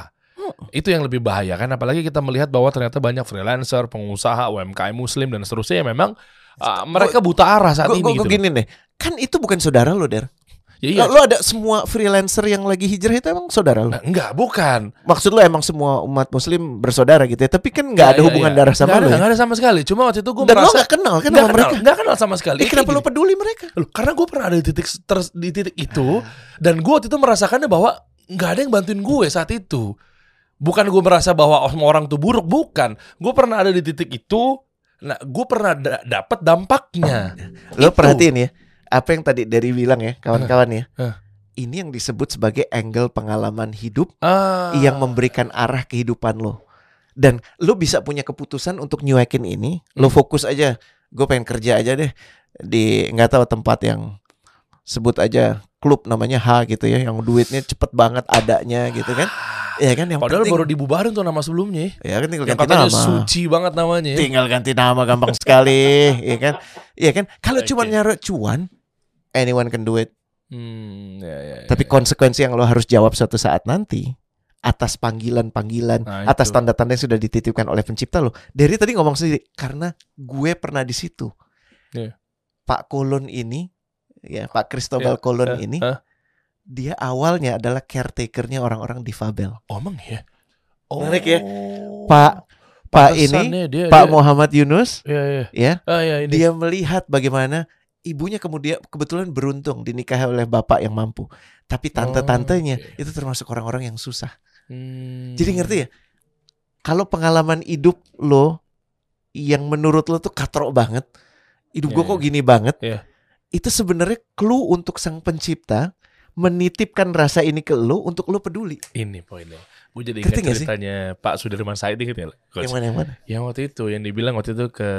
Hmm. Itu yang lebih bahaya kan, apalagi kita melihat bahwa ternyata banyak freelancer, pengusaha, U M K M muslim dan seterusnya yang memang uh, mereka buta arah saat gua, ini gua, gitu. Gua gini deh, kan itu bukan saudara lo, Der. Ya, iya. Lo ada semua freelancer yang lagi hijrah itu emang saudara lo? Nah, enggak, bukan. Maksud lo emang semua umat muslim bersaudara gitu ya? Tapi kan nggak Ya, ada ya, hubungan ya. darah sama Nggak lo ada, ya? nggak ada sama sekali. Cuma waktu itu gue Dan merasa lo nggak kenal kan nggak sama kenal, mereka? nggak kenal sama sekali. Eh, Ya, kenapa kayak lo gini. peduli mereka? Loh, karena gue pernah ada di titik ter- di titik itu, dan gue waktu itu merasakannya bahwa nggak ada yang bantuin gue saat itu. Bukan gue merasa bahwa semua orang tuh buruk, bukan. Gue pernah ada di titik itu. Nah, gue pernah da- dapat dampaknya. Lo Itu. perhatiin ya, apa yang tadi dari bilang ya, kawan-kawan ya. Huh. Ini yang disebut sebagai angle pengalaman hidup Ah. yang memberikan arah kehidupan lo. Dan lo bisa punya keputusan untuk nyuekin ini. Lo fokus aja. Gue pengen kerja aja deh di nggak tahu tempat yang sebut aja klub namanya H gitu ya, yang duitnya cepet banget adanya gitu kan. Ya kan, yang Padahal penting, baru dibubarin tuh nama sebelumnya. ya kan tinggal Yang ganti katanya nama. suci banget namanya. ya. Tinggal ganti nama gampang sekali, ya kan? Ya kan? Kalau Oke. cuma nyari cuan, anyone can do it. Hmm, ya, ya, ya. Tapi konsekuensi yang lo harus jawab suatu saat nanti atas panggilan-panggilan, Nah, atas itu. tanda-tanda yang sudah dititipkan oleh pencipta lo. Dari tadi ngomong sendiri, karena gue pernah di situ. Iya. Pak Kolon ini, ya Pak Cristobal Iya. Kolon Eh, ini, eh. dia awalnya adalah caretakernya orang-orang difabel. Oh, emang ya? Oh. Menarik ya? Pak Pak ini, Pantesannya dia, Pak dia, Muhammad Yunus, ya, ya. ya, Ah, ya, ini. dia melihat bagaimana ibunya kemudian kebetulan beruntung dinikahi oleh bapak yang mampu. Tapi tante-tantenya Oh, oke. itu termasuk orang-orang yang susah. Hmm. Jadi ngerti ya? Kalau pengalaman hidup lo yang menurut lo tuh katrok banget, hidup Iya, gue kok iya. gini banget, Iya. itu sebenarnya clue untuk sang pencipta menitipkan rasa ini ke lo untuk lo peduli. Ini poinnya. Gue jadi Ngerti ingat nggak sih? ceritanya Pak Sudirman Said, inget ya? Coach? Yang mana yang mana? Yang waktu itu, yang dibilang waktu itu ke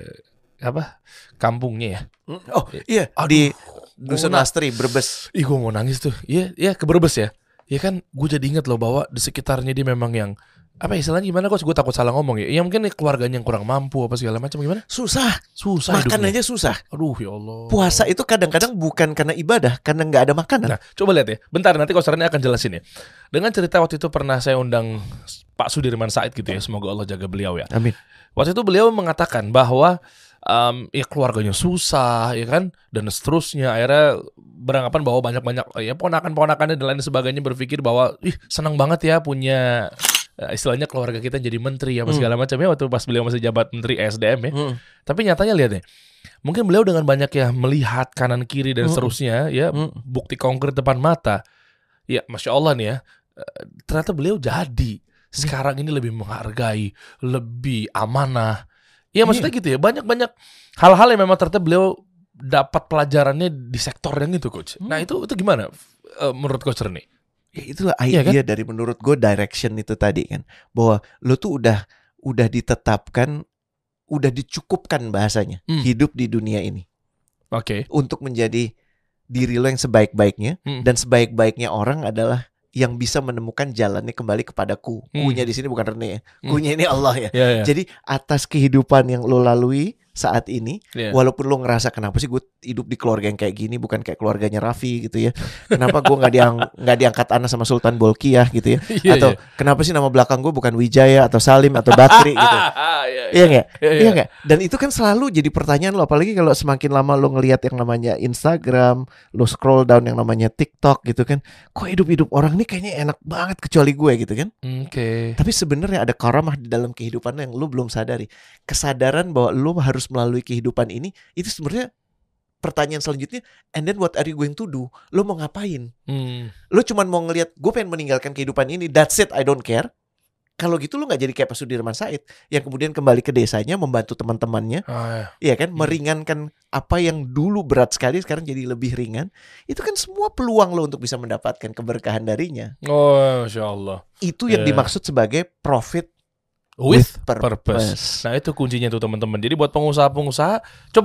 apa? Kampungnya ya. Oh iya, Aduh, di gua Dusun na- Lastri, Brebes. Ih, gue mau nangis tuh. Iya, iya ke Brebes ya. Ya kan, gue jadi inget loh bahwa di sekitarnya dia memang yang apa istilahnya gimana, Coach? Gue takut salah ngomong ya. Ya mungkin keluarganya yang kurang mampu apa segala macam, gimana? Susah, Susah makan hidupnya. aja susah. Aduh, ya Allah. Puasa itu kadang-kadang bukan karena ibadah, karena nggak ada makanan. Nah, coba lihat ya. Bentar, nanti Coach Rani akan jelasin ya. Dengan cerita waktu itu pernah saya undang Pak Sudirman Said gitu ya. Semoga Allah jaga beliau ya. Amin. Waktu itu beliau mengatakan bahwa um, ya keluarganya susah, ya kan, dan seterusnya. Akhirnya beranggapan bahwa banyak-banyak ya ponakan-ponakannya dan lain sebagainya berpikir bahwa ih senang banget ya punya uh, istilahnya keluarga kita jadi menteri apa segala macam ya waktu pas beliau masih jabat menteri S D M ya. Hmm. Tapi nyatanya lihat deh, mungkin beliau dengan banyak ya melihat kanan kiri dan Mm. seterusnya ya Mm. bukti konkret depan mata. Ya masya Allah nih ya, eh, ternyata beliau jadi sekarang ini lebih menghargai, lebih amanah. Ya maksudnya gitu ya, banyak-banyak hal-hal yang memang ternyata beliau dapat pelajarannya di sektor yang itu, Coach. Nah itu itu gimana eh, menurut Coach Reni? Ya itulah Iya idea dari menurut gue direction itu tadi kan, bahwa lo tuh udah udah ditetapkan, udah dicukupkan bahasanya Hmm. hidup di dunia ini Oke. untuk menjadi diri lo yang sebaik-baiknya, Hmm. dan sebaik-baiknya orang adalah yang bisa menemukan jalannya kembali kepadaku. Hmm. Ku-nya di sini bukan Rene ya, Hmm. ku-nya ini Allah ya. Ya, ya. Jadi atas kehidupan yang lo lalui saat ini, Ya. walaupun lo ngerasa kenapa sih gue hidup di keluarga yang kayak gini, bukan kayak keluarganya Raffi gitu ya. Kenapa gue nggak diang nggak diangkat anak sama Sultan Bolkiah gitu ya? Iya, Atau iya. kenapa sih nama belakang gue bukan Wijaya atau Salim atau Bakri gitu? Iya, Iya nggak? Iya, Iya nggak? Dan itu kan selalu jadi pertanyaan lo, apalagi kalau semakin lama lo ngelihat yang namanya Instagram, lo scroll down yang namanya TikTok gitu kan, kok hidup-hidup orang ini kayaknya enak banget kecuali gue gitu kan? Oke. Tapi sebenarnya ada karamah di dalam kehidupan lo yang lo belum sadari. Kesadaran bahwa lo harus melalui kehidupan ini, itu sebenarnya pertanyaan selanjutnya. And then what are you going to do? Lo mau ngapain? Hmm. Lo cuman mau ngelihat gue pengen meninggalkan kehidupan ini, that's it, I don't care. Kalau gitu lo nggak jadi kayak Pak Sudirman Said yang kemudian kembali ke desanya membantu teman-temannya, Ah, iya kan, Hmm. meringankan apa yang dulu berat sekali sekarang jadi lebih ringan. Itu kan semua peluang lo untuk bisa mendapatkan keberkahan darinya. oh, Masya Allah. Itu yang Yeah. dimaksud sebagai profit With, with purpose. purpose. Nah itu kuncinya tuh teman-teman. Jadi buat pengusaha-pengusaha, coba deh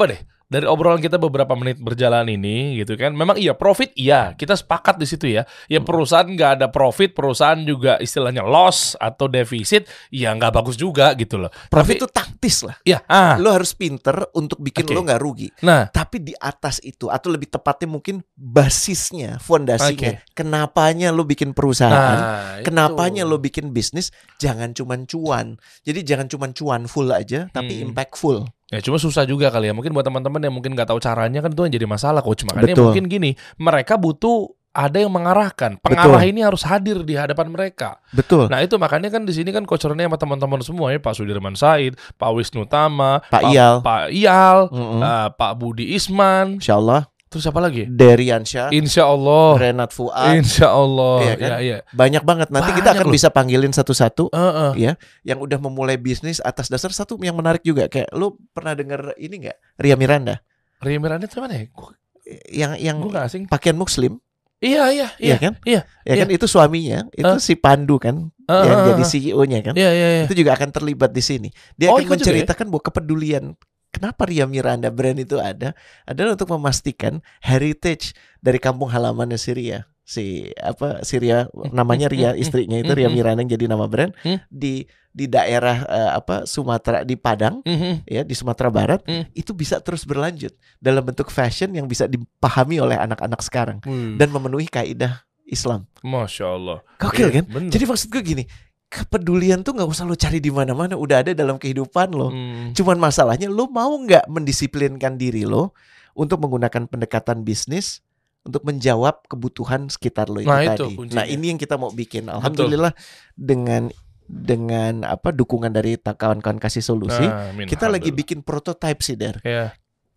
dari obrolan kita beberapa menit berjalan ini gitu kan, memang iya profit iya, kita sepakat di situ ya. Ya perusahaan nggak ada profit, perusahaan juga istilahnya loss atau defisit, ya nggak bagus juga gitu loh. Profit Tapi itu taktis lah. ya, ah, Lo harus pinter untuk bikin Oke. lo nggak rugi. nah, Tapi di atas itu, atau lebih tepatnya mungkin basisnya, fondasinya, kenapanya lo bikin perusahaan, nah, kenapanya itu. lo bikin bisnis, jangan cuman cuan. Jadi jangan cuman cuan full aja, tapi Hmm. impactful. Ya cuma susah juga kali ya. Mungkin buat teman-teman yang mungkin nggak tahu caranya kan itu yang jadi masalah coach. Makanya Betul. mungkin gini, mereka butuh ada yang mengarahkan. Pengarah ini harus hadir di hadapan mereka. Betul. Nah itu makanya kan di sini kan coach Rene sama teman-teman semua ya, Pak Sudirman Said, Pak Wisnu Tama, Pak Iyal. Pak Iyal, Mm-mm. uh, Pak Budi Isman, Insya Allah. terus siapa lagi? Deriansyah, Insya Allah, Renat Fuad, Insya Allah, Iya kan? ya, ya. banyak banget. Nanti kita Banyak akan loh. bisa panggilin satu-satu Uh-uh. ya, yang udah memulai bisnis atas dasar satu yang menarik juga. Kayak lu pernah denger ini nggak? Ria Miranda, Ria Miranda itu mana ya? Gua, yang yang gua nggak asing. pakaian muslim, Iya, iya, iya iya, kan? iya, Ya kan itu suaminya, itu Uh. si Pandu kan, Uh, yang uh, jadi uh. C E O-nya kan. Iya, iya, iya. Itu juga akan terlibat di sini. Dia Oh, akan ikut juga ya? menceritakan bahwa kepedulian kenapa Ria Miranda brand itu ada adalah untuk memastikan heritage dari kampung halamannya si Ria. Si apa si Ria, namanya Ria, istrinya itu Ria Miranda yang jadi nama brand Hmm. di di daerah eh, apa Sumatera, di Padang Mhm. ya, di Sumatera Barat, Hmm. itu bisa terus berlanjut dalam bentuk fashion yang bisa dipahami oleh anak-anak sekarang Wih, dan memenuhi kaidah Islam. Masya Allah. Gokil Iya, kan? bener. Jadi maksud gue gini, kepedulian tuh nggak usah lo cari di mana-mana, udah ada dalam kehidupan lo. Hmm. Cuman masalahnya lo mau nggak mendisiplinkan diri lo untuk menggunakan pendekatan bisnis untuk menjawab kebutuhan sekitar lo itu Nah, itu tadi. kuncinya. Nah ini yang kita mau bikin. Alhamdulillah dengan dengan apa dukungan dari ta- kawan-kawan kasih solusi, Nah, amin. kita lagi Alhamdulillah. bikin prototype sih Der. Ya.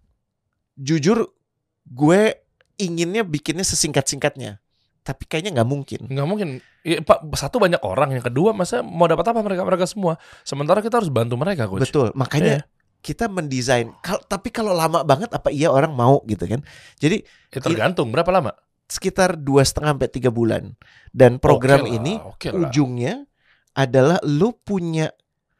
Jujur gue inginnya bikinnya sesingkat-singkatnya, tapi kayaknya nggak mungkin. Nggak mungkin. Ya, Pak, satu banyak orang, yang kedua masa mau dapat apa mereka mereka semua. Sementara kita harus bantu mereka, coach. Betul, makanya kita mendesain. Kal- tapi kalau lama banget apa iya orang mau gitu kan? Jadi Ya, tergantung berapa lama. sekitar dua setengah sampai tiga bulan. Dan program Oke lah, ini oke lah. ujungnya adalah lu punya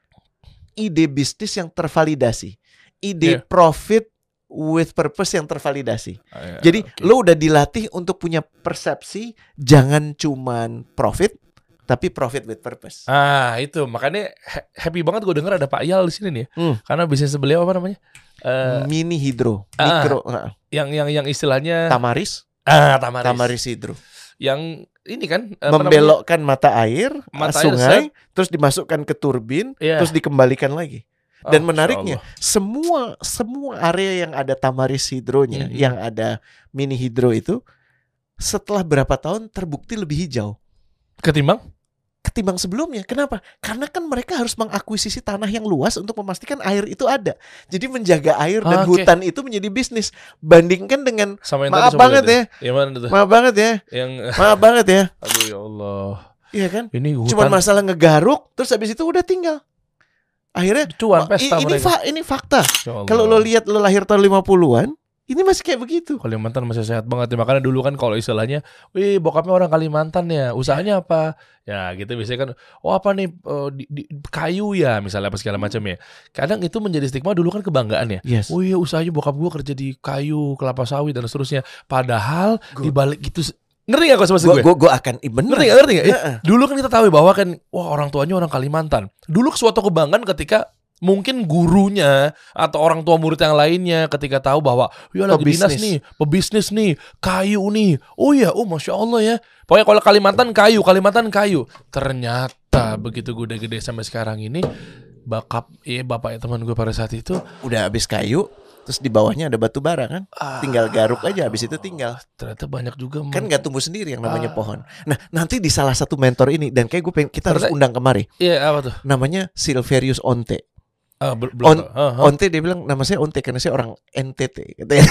ide bisnis yang tervalidasi, ide Yeah. profit with purpose yang tervalidasi. Ah, ya, Jadi oke. lu udah dilatih untuk punya persepsi jangan cuman profit, tapi profit with purpose. Ah itu makanya ha- happy banget gue denger ada Pak Iyal di sini nih. Ya. Hmm. Karena bisnis beliau apa namanya? Eh, Mini hidro, ah, mikro, ah, yang yang yang istilahnya tamaris, ah tamaris. tamaris hidro. Yang ini kan apa namanya? Membelokkan mata air, Mata air, sungai, terus dimasukkan ke turbin, Iya. terus dikembalikan lagi. Oh, Dan Masya menariknya, Allah. semua semua area yang ada tamaris hidronya, Mhm. yang ada mini hidro itu, setelah berapa tahun terbukti lebih hijau Ketimbang? ketimbang sebelumnya. Kenapa? Karena kan mereka harus mengakuisisi tanah yang luas untuk memastikan air itu ada. Jadi menjaga air dan Ah, oke. hutan itu menjadi bisnis. Bandingkan dengan Sama yang maaf tadi coba banget lihat ya, Yang mana tuh? maaf banget ya, Yang maaf banget ya, aduh ya Allah. iya kan? Ini hutan Cuman masalah ngegaruk, terus habis itu udah tinggal. Akhirnya cuan ma- pesta i- ini mereka. fa- ini fakta. Ya Allah. Kalau lo lihat lo lahir tahun lima puluhan, ini masih kayak begitu. Kalimantan masih sehat banget ya. Makanya dulu kan kalau istilahnya, wih bokapnya orang Kalimantan ya, usahanya apa? Ya gitu biasanya kan, oh apa nih eh, di, di- kayu ya misalnya apa segala macam ya. Kadang itu menjadi stigma dulu kan kebanggaan ya. Yes. Oh iya usahanya bokap gue kerja di kayu, kelapa sawit dan seterusnya. Padahal Gua- di balik itu ngerti gak kok maksud Gue gue? gue gue akan i- bener. Ngerti gak? Ngerti gak? Ya, Heeh. dulu kan kita tahu bahwa kan wah orang tuanya orang Kalimantan. Dulu suatu kebanggaan ketika mungkin gurunya atau orang tua murid yang lainnya ketika tahu bahwa ya lagi dinas Pebisnis. nih, pebisnis nih, kayu nih. Oh ya, oh Masya Allah ya. Pokoknya kalau Kalimantan kayu, Kalimantan kayu. Ternyata begitu gue udah gede sampai sekarang ini, bakap, iya bapaknya teman gue pada saat itu Udah habis kayu, terus di bawahnya ada batu bara kan? ah, Tinggal garuk aja, habis itu tinggal. ternyata banyak juga Kan nggak tumbuh sendiri yang namanya Ah. pohon. Nah nanti di salah satu mentor ini, dan kayak gue pengen, kita harus Ternyata- undang kemari. Iya apa tuh? Namanya Silverius Onte. Ah, bel- belum On- tahu. Ah, ah. Onte dia bilang nama saya Onte karena saya orang N T T katanya.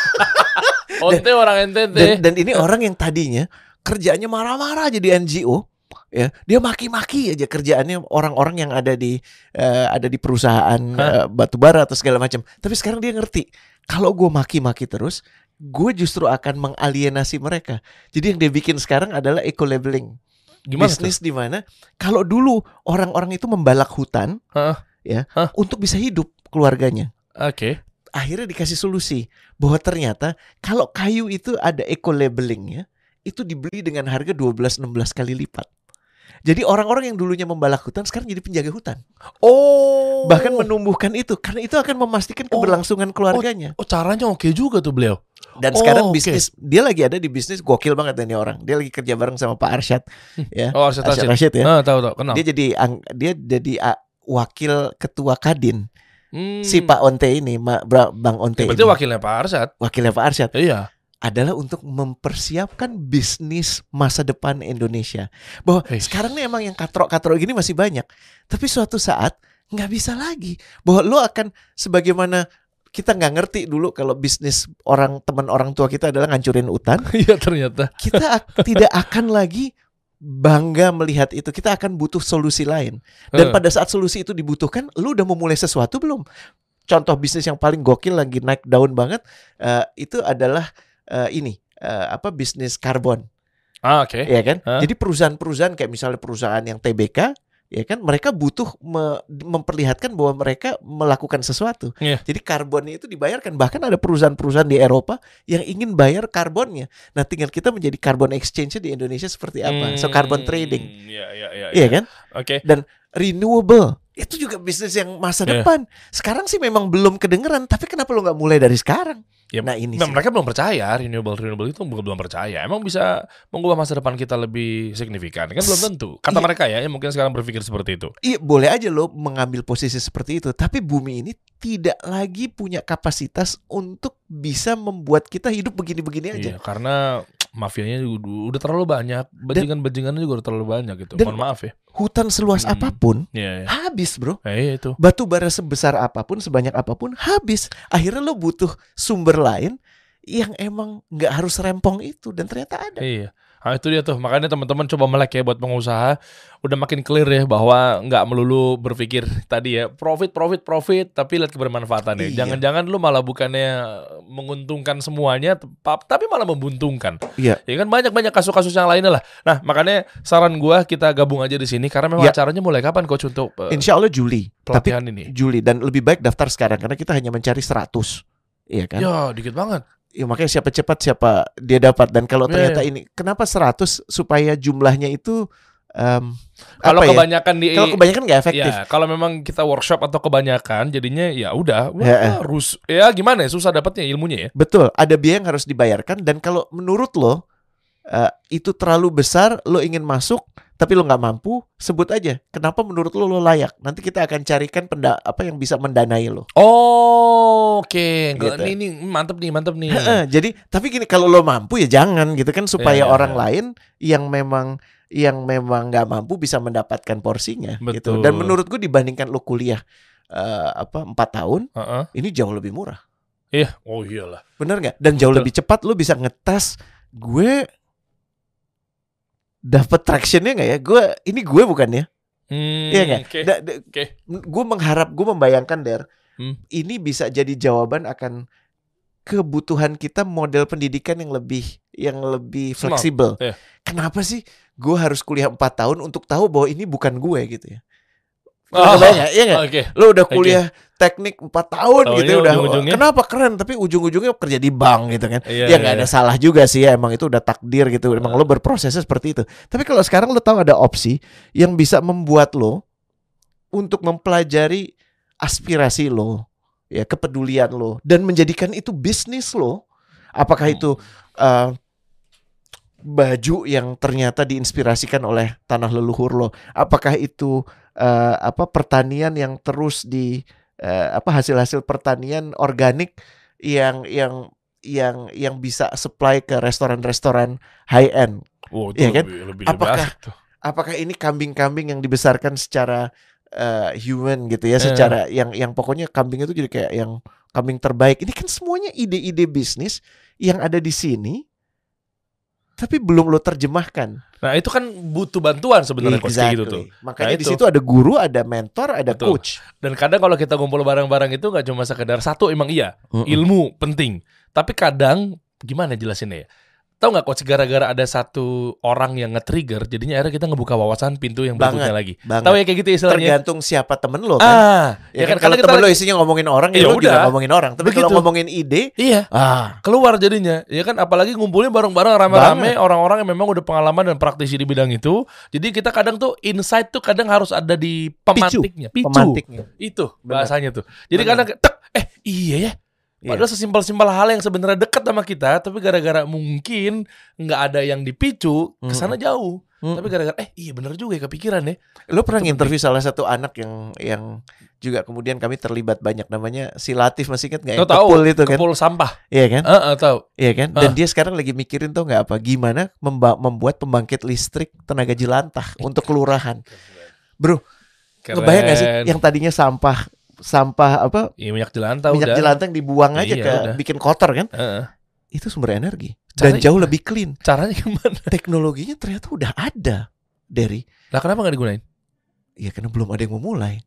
Onte orang N T T. Dan, dan ini orang yang tadinya kerjaannya marah-marah jadi N G O, ya dia maki-maki aja kerjaannya orang-orang yang ada di eh, ada di perusahaan eh, batubara atau segala macam. Tapi sekarang dia ngerti kalau gue maki-maki terus, gue justru akan mengalienasi mereka. Jadi yang dia bikin sekarang adalah eco labeling. Gimana Bisnis di mana kalau dulu orang-orang itu membalak hutan, Hah? ya Hah? untuk bisa hidup keluarganya. Oke. akhirnya dikasih solusi bahwa ternyata kalau kayu itu ada eco labelingnya, itu dibeli dengan harga dua belas enam belas kali lipat. Jadi orang-orang yang dulunya membalak hutan sekarang jadi penjaga hutan. Oh. Bahkan menumbuhkan itu karena itu akan memastikan keberlangsungan keluarganya. Oh, caranya oke juga tuh beliau. Dan Oh, sekarang oke. bisnis dia lagi ada di bisnis gokil banget ini orang. Dia lagi kerja bareng sama Pak Arsyad ya. Oh, Arsyad Arsyad Rashid. Rashid ya. Ah, tahu tahu, kenal. Dia jadi ang- dia jadi ah, wakil ketua Kadin. Hmm. Si Pak Onte ini, Ma- Bra- Bang Onte Ya, ini. berarti wakilnya Pak Arsyad. Wakilnya Pak Arsyad. Iya. Adalah untuk mempersiapkan bisnis masa depan Indonesia. Bahwa Eish. sekarang nih emang yang katrok-katrok gini masih banyak. Tapi suatu saat nggak bisa lagi. Bahwa lo akan sebagaimana kita nggak ngerti dulu kalau bisnis orang teman orang tua kita adalah ngancurin hutan. Iya ternyata. Kita ak- tidak akan lagi bangga melihat itu. Kita akan butuh solusi lain. Dan Eh. pada saat solusi itu dibutuhkan, lo udah memulai sesuatu belum? Contoh bisnis yang paling gokil lagi naik daun banget eh, itu adalah Uh, ini uh, apa bisnis karbon, Ah, oke. ya kan? Hah? Jadi perusahaan-perusahaan kayak misalnya perusahaan yang T B K, ya kan? Mereka butuh me- memperlihatkan bahwa mereka melakukan sesuatu. Iya. Jadi karbonnya itu dibayarkan. Bahkan ada perusahaan-perusahaan di Eropa yang ingin bayar karbonnya. Nah, tinggal kita menjadi carbon exchange di Indonesia seperti apa? So carbon trading, Iya, iya, iya. iya kan? Oke. Dan renewable itu juga bisnis yang masa Iya. depan. Sekarang sih memang belum kedengeran, tapi kenapa lo nggak mulai dari sekarang? Ya, Nah ini Nah, sih. mereka belum percaya renewable renewable itu belum belum percaya. Emang bisa mengubah masa depan kita lebih signifikan? Kan belum tentu. Kata Iya. mereka ya, yang mungkin sekarang berpikir seperti itu. Iya, boleh aja lo mengambil posisi seperti itu, tapi bumi ini tidak lagi punya kapasitas untuk bisa membuat kita hidup begini-begini aja. Iya, karena mafianya udah, udah terlalu banyak, bajingan-bajingannya juga udah terlalu banyak gitu. Dan- Mohon maaf ya. Hutan seluas Hmm. apapun Iya, iya. habis, bro. Eh, iya itu. Batu bara sebesar apapun, sebanyak apapun habis. Akhirnya lo butuh sumber lain yang emang nggak harus rempong itu, dan ternyata ada. Iya. Nah, itu dia tuh. Makanya teman-teman coba melek ya buat pengusaha. Udah makin clear ya bahwa nggak melulu berpikir tadi ya profit, profit, profit, tapi lihat kebermanfaatannya. Iya. Jangan-jangan lu malah bukannya menguntungkan semuanya, tep- tapi malah membuntungkan. Iya. Ya kan banyak-banyak kasus-kasus yang lainnya lah. Nah, makanya saran gua kita gabung aja di sini karena memang Ya. acaranya mulai kapan coach untuk uh, Insya Allah Juli. Tapi pelatihan ini? Juli, dan lebih baik daftar sekarang karena kita hanya mencari seratus. Iya kan? Ya, dikit banget. Ya makanya siapa cepat siapa dia dapat. Dan kalau Iya, ternyata iya. ini kenapa seratus supaya jumlahnya itu em, Kalau apa ya? kebanyakan di Kalau kebanyakan nggak efektif. ya, kalau memang kita workshop atau kebanyakan jadinya ya udah, wah, Ya, eh. harus ya gimana ya susah dapatnya ilmunya ya. Betul, ada biaya yang harus dibayarkan, dan kalau menurut lo eh, itu terlalu besar, lo ingin masuk tapi lo nggak mampu, sebut aja kenapa menurut lo lo layak. Nanti kita akan carikan penda apa yang bisa mendanai lo. Oh, oke. Nggak- Gitu. Ini, ini mantep nih, mantep nih. Heeh, jadi tapi gini, kalau lo mampu ya jangan gitu kan, supaya Ya, ya, orang ya. lain yang memang yang memang nggak mampu bisa mendapatkan porsinya gitu. Betul. Dan menurut gue dibandingkan lo kuliah eh, apa empat tahun, Heeh. ini jauh lebih murah. Iya, oh iyalah. Bener nggak? Dan jauh Betul. lebih cepat lo bisa ngetes gue dapat tractionnya nggak ya? Gue ini gue bukan ya? Hmm, Iya nggak? Oke. Da- da- Oke. Gue mengharap, gue membayangkan Der, Hmm. ini bisa jadi jawaban akan kebutuhan kita model pendidikan yang lebih yang lebih Smart, fleksibel. iya. Kenapa sih gue harus kuliah empat tahun untuk tahu bahwa ini bukan gue gitu ya? Oh, Kebayang nggak? Iya nggak? Oke. Lo udah kuliah teknik empat tahun Taunya gitu ya, udah ujung-ujungnya- kenapa keren, tapi ujung-ujungnya kerja di bank gitu kan. Iya, Ya nggak iya. ada salah juga sih ya, emang itu udah takdir gitu. Emang lo berprosesnya seperti itu. Tapi kalau sekarang lo tahu ada opsi yang bisa membuat lo untuk mempelajari aspirasi lo, ya kepedulian lo, dan menjadikan itu bisnis lo. Apakah itu uh, baju yang ternyata diinspirasikan oleh tanah leluhur lo? Apakah itu uh, apa pertanian yang terus di uh, apa hasil-hasil pertanian organik yang yang yang yang bisa supply ke restoran-restoran high end? Oh, itu Iya kan? lebih, lebih, lebih Apakah- asik tuh. Apakah ini kambing-kambing yang dibesarkan secara uh, human gitu ya, Eh. secara yang yang pokoknya kambing itu jadi kayak yang kambing terbaik. Ini kan semuanya ide-ide bisnis yang ada di sini, tapi belum lo terjemahkan. Nah, itu kan butuh bantuan sebenarnya coach kayak gitu tuh. Makanya Nah, di itu. situ ada guru, ada mentor, ada Betul. coach. Dan kadang kalau kita ngumpul bareng-barang itu nggak cuma sekedar satu, emang iya Mm-mm. ilmu penting. Tapi kadang gimana jelasinnya ya? tahu nggak coach, gara-gara ada satu orang yang nge-trigger, jadinya akhirnya kita ngebuka wawasan pintu yang berikutnya lagi. banget. Tahu ya kayak gitu istilahnya. Tergantung siapa temen lo kan. Ah, ya, ya kan, kan kalau karena kita temen lo lagi- isinya ngomongin orang, ya Ya lo juga udah. ngomongin orang. Tapi Begitu. kalau ngomongin ide, Iya, ah, keluar jadinya. Ya kan, apalagi ngumpulnya bareng-bareng rame-rame Banget. orang-orang yang memang udah pengalaman dan praktisi di bidang itu. Jadi kita kadang tuh insight tuh kadang harus ada di pemantiknya, picu. pemantiknya. Itu Benar. bahasanya tuh. Jadi Benar. kadang tek eh iya ya. Iya. Padahal sesimpel-simpel hal yang sebenarnya dekat sama kita, tapi gara-gara mungkin nggak ada yang dipicu, kesana jauh. Mm. Tapi gara-gara eh iya bener juga ya, kepikiran ya. Lo pernah nginterview salah satu anak yang yang juga kemudian kami terlibat banyak, namanya si Latif, masih ingat nggak? Lo Yang tahu Kepul itu kan? kepul sampah. Iya kan? Heeh, tahu. Iya kan? Dan Ah. dia sekarang lagi mikirin tuh nggak apa, gimana memba- membuat pembangkit listrik tenaga jelantah untuk kelurahan. Bro, ngebayang nggak sih yang tadinya sampah sampah apa Iya, minyak jelantah minyak udah. jelantah yang dibuang aja Iya, ke udah. bikin kotor kan? Heeh. Itu sumber energi Caranya dan jauh gimana? lebih clean. Caranya gimana? Teknologinya ternyata udah ada, Derry. Lah kenapa nggak digunain? Ya karena belum ada yang mau mulai.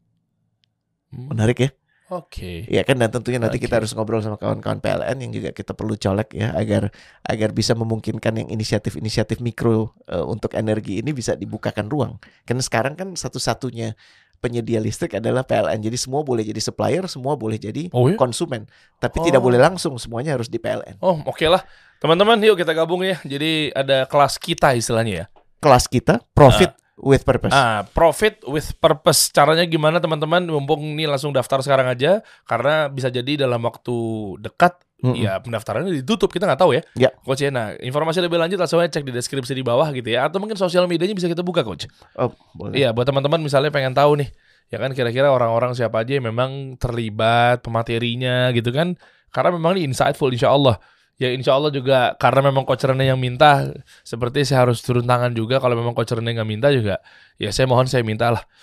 Hmm, Menarik ya? Oke. Ya kan, dan tentunya nanti kita Oke. harus ngobrol sama kawan-kawan P L N yang juga kita perlu colek ya, agar agar bisa memungkinkan yang inisiatif-inisiatif mikro eh, untuk energi ini bisa dibukakan ruang. Karena sekarang kan satu-satunya penyedia listrik adalah P L N. Jadi semua boleh jadi supplier, semua boleh jadi Oh ya? konsumen. Tapi Oh. tidak boleh langsung, semuanya harus di P L N. Oh, oke lah. Teman-teman, yuk kita gabung ya. Jadi ada kelas kita istilahnya ya. Kelas kita profit with purpose. Ah, profit with purpose. Caranya gimana teman-teman? Mumpung ini langsung daftar sekarang aja, karena bisa jadi dalam waktu dekat Mm-mm. ya pendaftarannya ditutup, kita nggak tahu ya. Ya. Coach ya. Nah, informasi lebih lanjut langsung aja cek di deskripsi di bawah gitu ya. Atau mungkin sosial medianya bisa kita buka, Coach. Oh, boleh. Iya, buat teman-teman misalnya pengen tahu nih, ya kan kira-kira orang-orang siapa aja yang memang terlibat pematerinya gitu kan. Karena memang ini insightful insya Allah. Ya insya Allah juga karena memang Coach Rene yang minta, seperti saya harus turun tangan juga. Kalau memang Coach Rene nggak minta juga, ya saya mohon saya minta lah.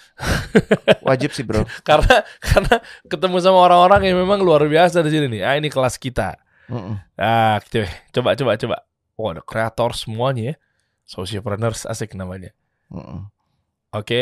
Wajib sih, bro. karena karena ketemu sama orang-orang yang memang luar biasa di sini nih. Ah, ini kelas kita. Mm-mm. Ah, gitu. Coba coba coba. Oh, ada kreator semuanya ya. Sociopreneurs asik namanya. Mm-mm. Oke,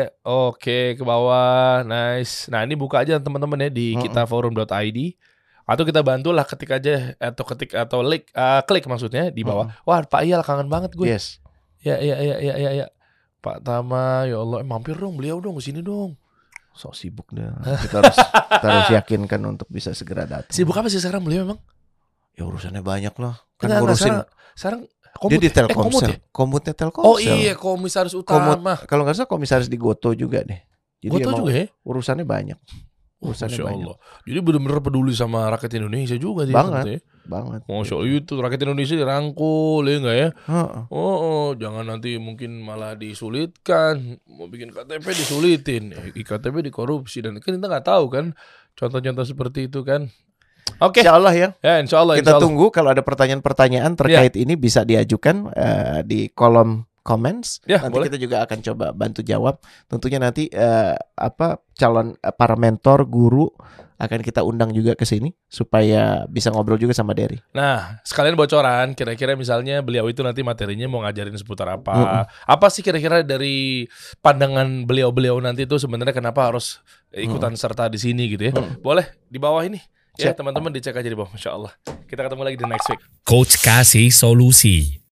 oke ke bawah, nice. Nah ini buka aja teman-teman ya di Mm-mm. kitaforum dot i d atau kita bantulah ketik aja atau ketik atau link, uh, klik maksudnya di bawah. Wah Pak Iyal kangen banget gue. Yes. Ya ya ya ya ya ya. Pak Tama, ya Allah, eh, mampir dong beliau dong kesini dong. Sok sibuk dah. Kita harus kita harus yakinkan untuk bisa segera datang. Sibuk apa sih sekarang beliau emang? Ya urusannya banyak lah. Kan Enggak, enggak, ngurusin sekarang, sekarang dia komut, di eh, komut Telkomsel. ya? Komutnya Telkomsel. Oh iya, komisaris Komut, utama. kalau nggak salah komisaris di Goto juga deh. Jadi Gue tau emang juga ya. urusannya banyak. Oh, Urusannya Masya banyak. Allah. Jadi benar-benar peduli sama rakyat Indonesia juga sih. Banget. ternyata ya. Banget. Masya Allah itu rakyat Indonesia dirangkul ya enggak ya? Heeh. Oh, oh, jangan nanti mungkin malah disulitkan, mau bikin K T P disulitin, I K T P dikorupsi dan kan kita nggak tahu kan contoh-contoh seperti itu kan. Oke, Insya Allah ya. ya Insya Allah. Kita insya Allah. tunggu kalau ada pertanyaan-pertanyaan terkait ini bisa diajukan eh, di kolom comments. Ya, Nanti boleh. kita juga akan coba bantu jawab. Tentunya nanti eh, apa calon eh, para mentor, guru akan kita undang juga ke sini supaya bisa ngobrol juga sama Derry. Nah, sekalian bocoran, kira-kira misalnya beliau itu nanti materinya mau ngajarin seputar apa? Apa sih kira-kira dari pandangan beliau-beliau nanti itu sebenarnya kenapa harus ikutan serta di sini gitu ya? Mm. Boleh di bawah ini. Ya, Siap. teman-teman dicek aja di bawah, Masya Allah. Kita ketemu lagi di next week. Coach kasih solusi.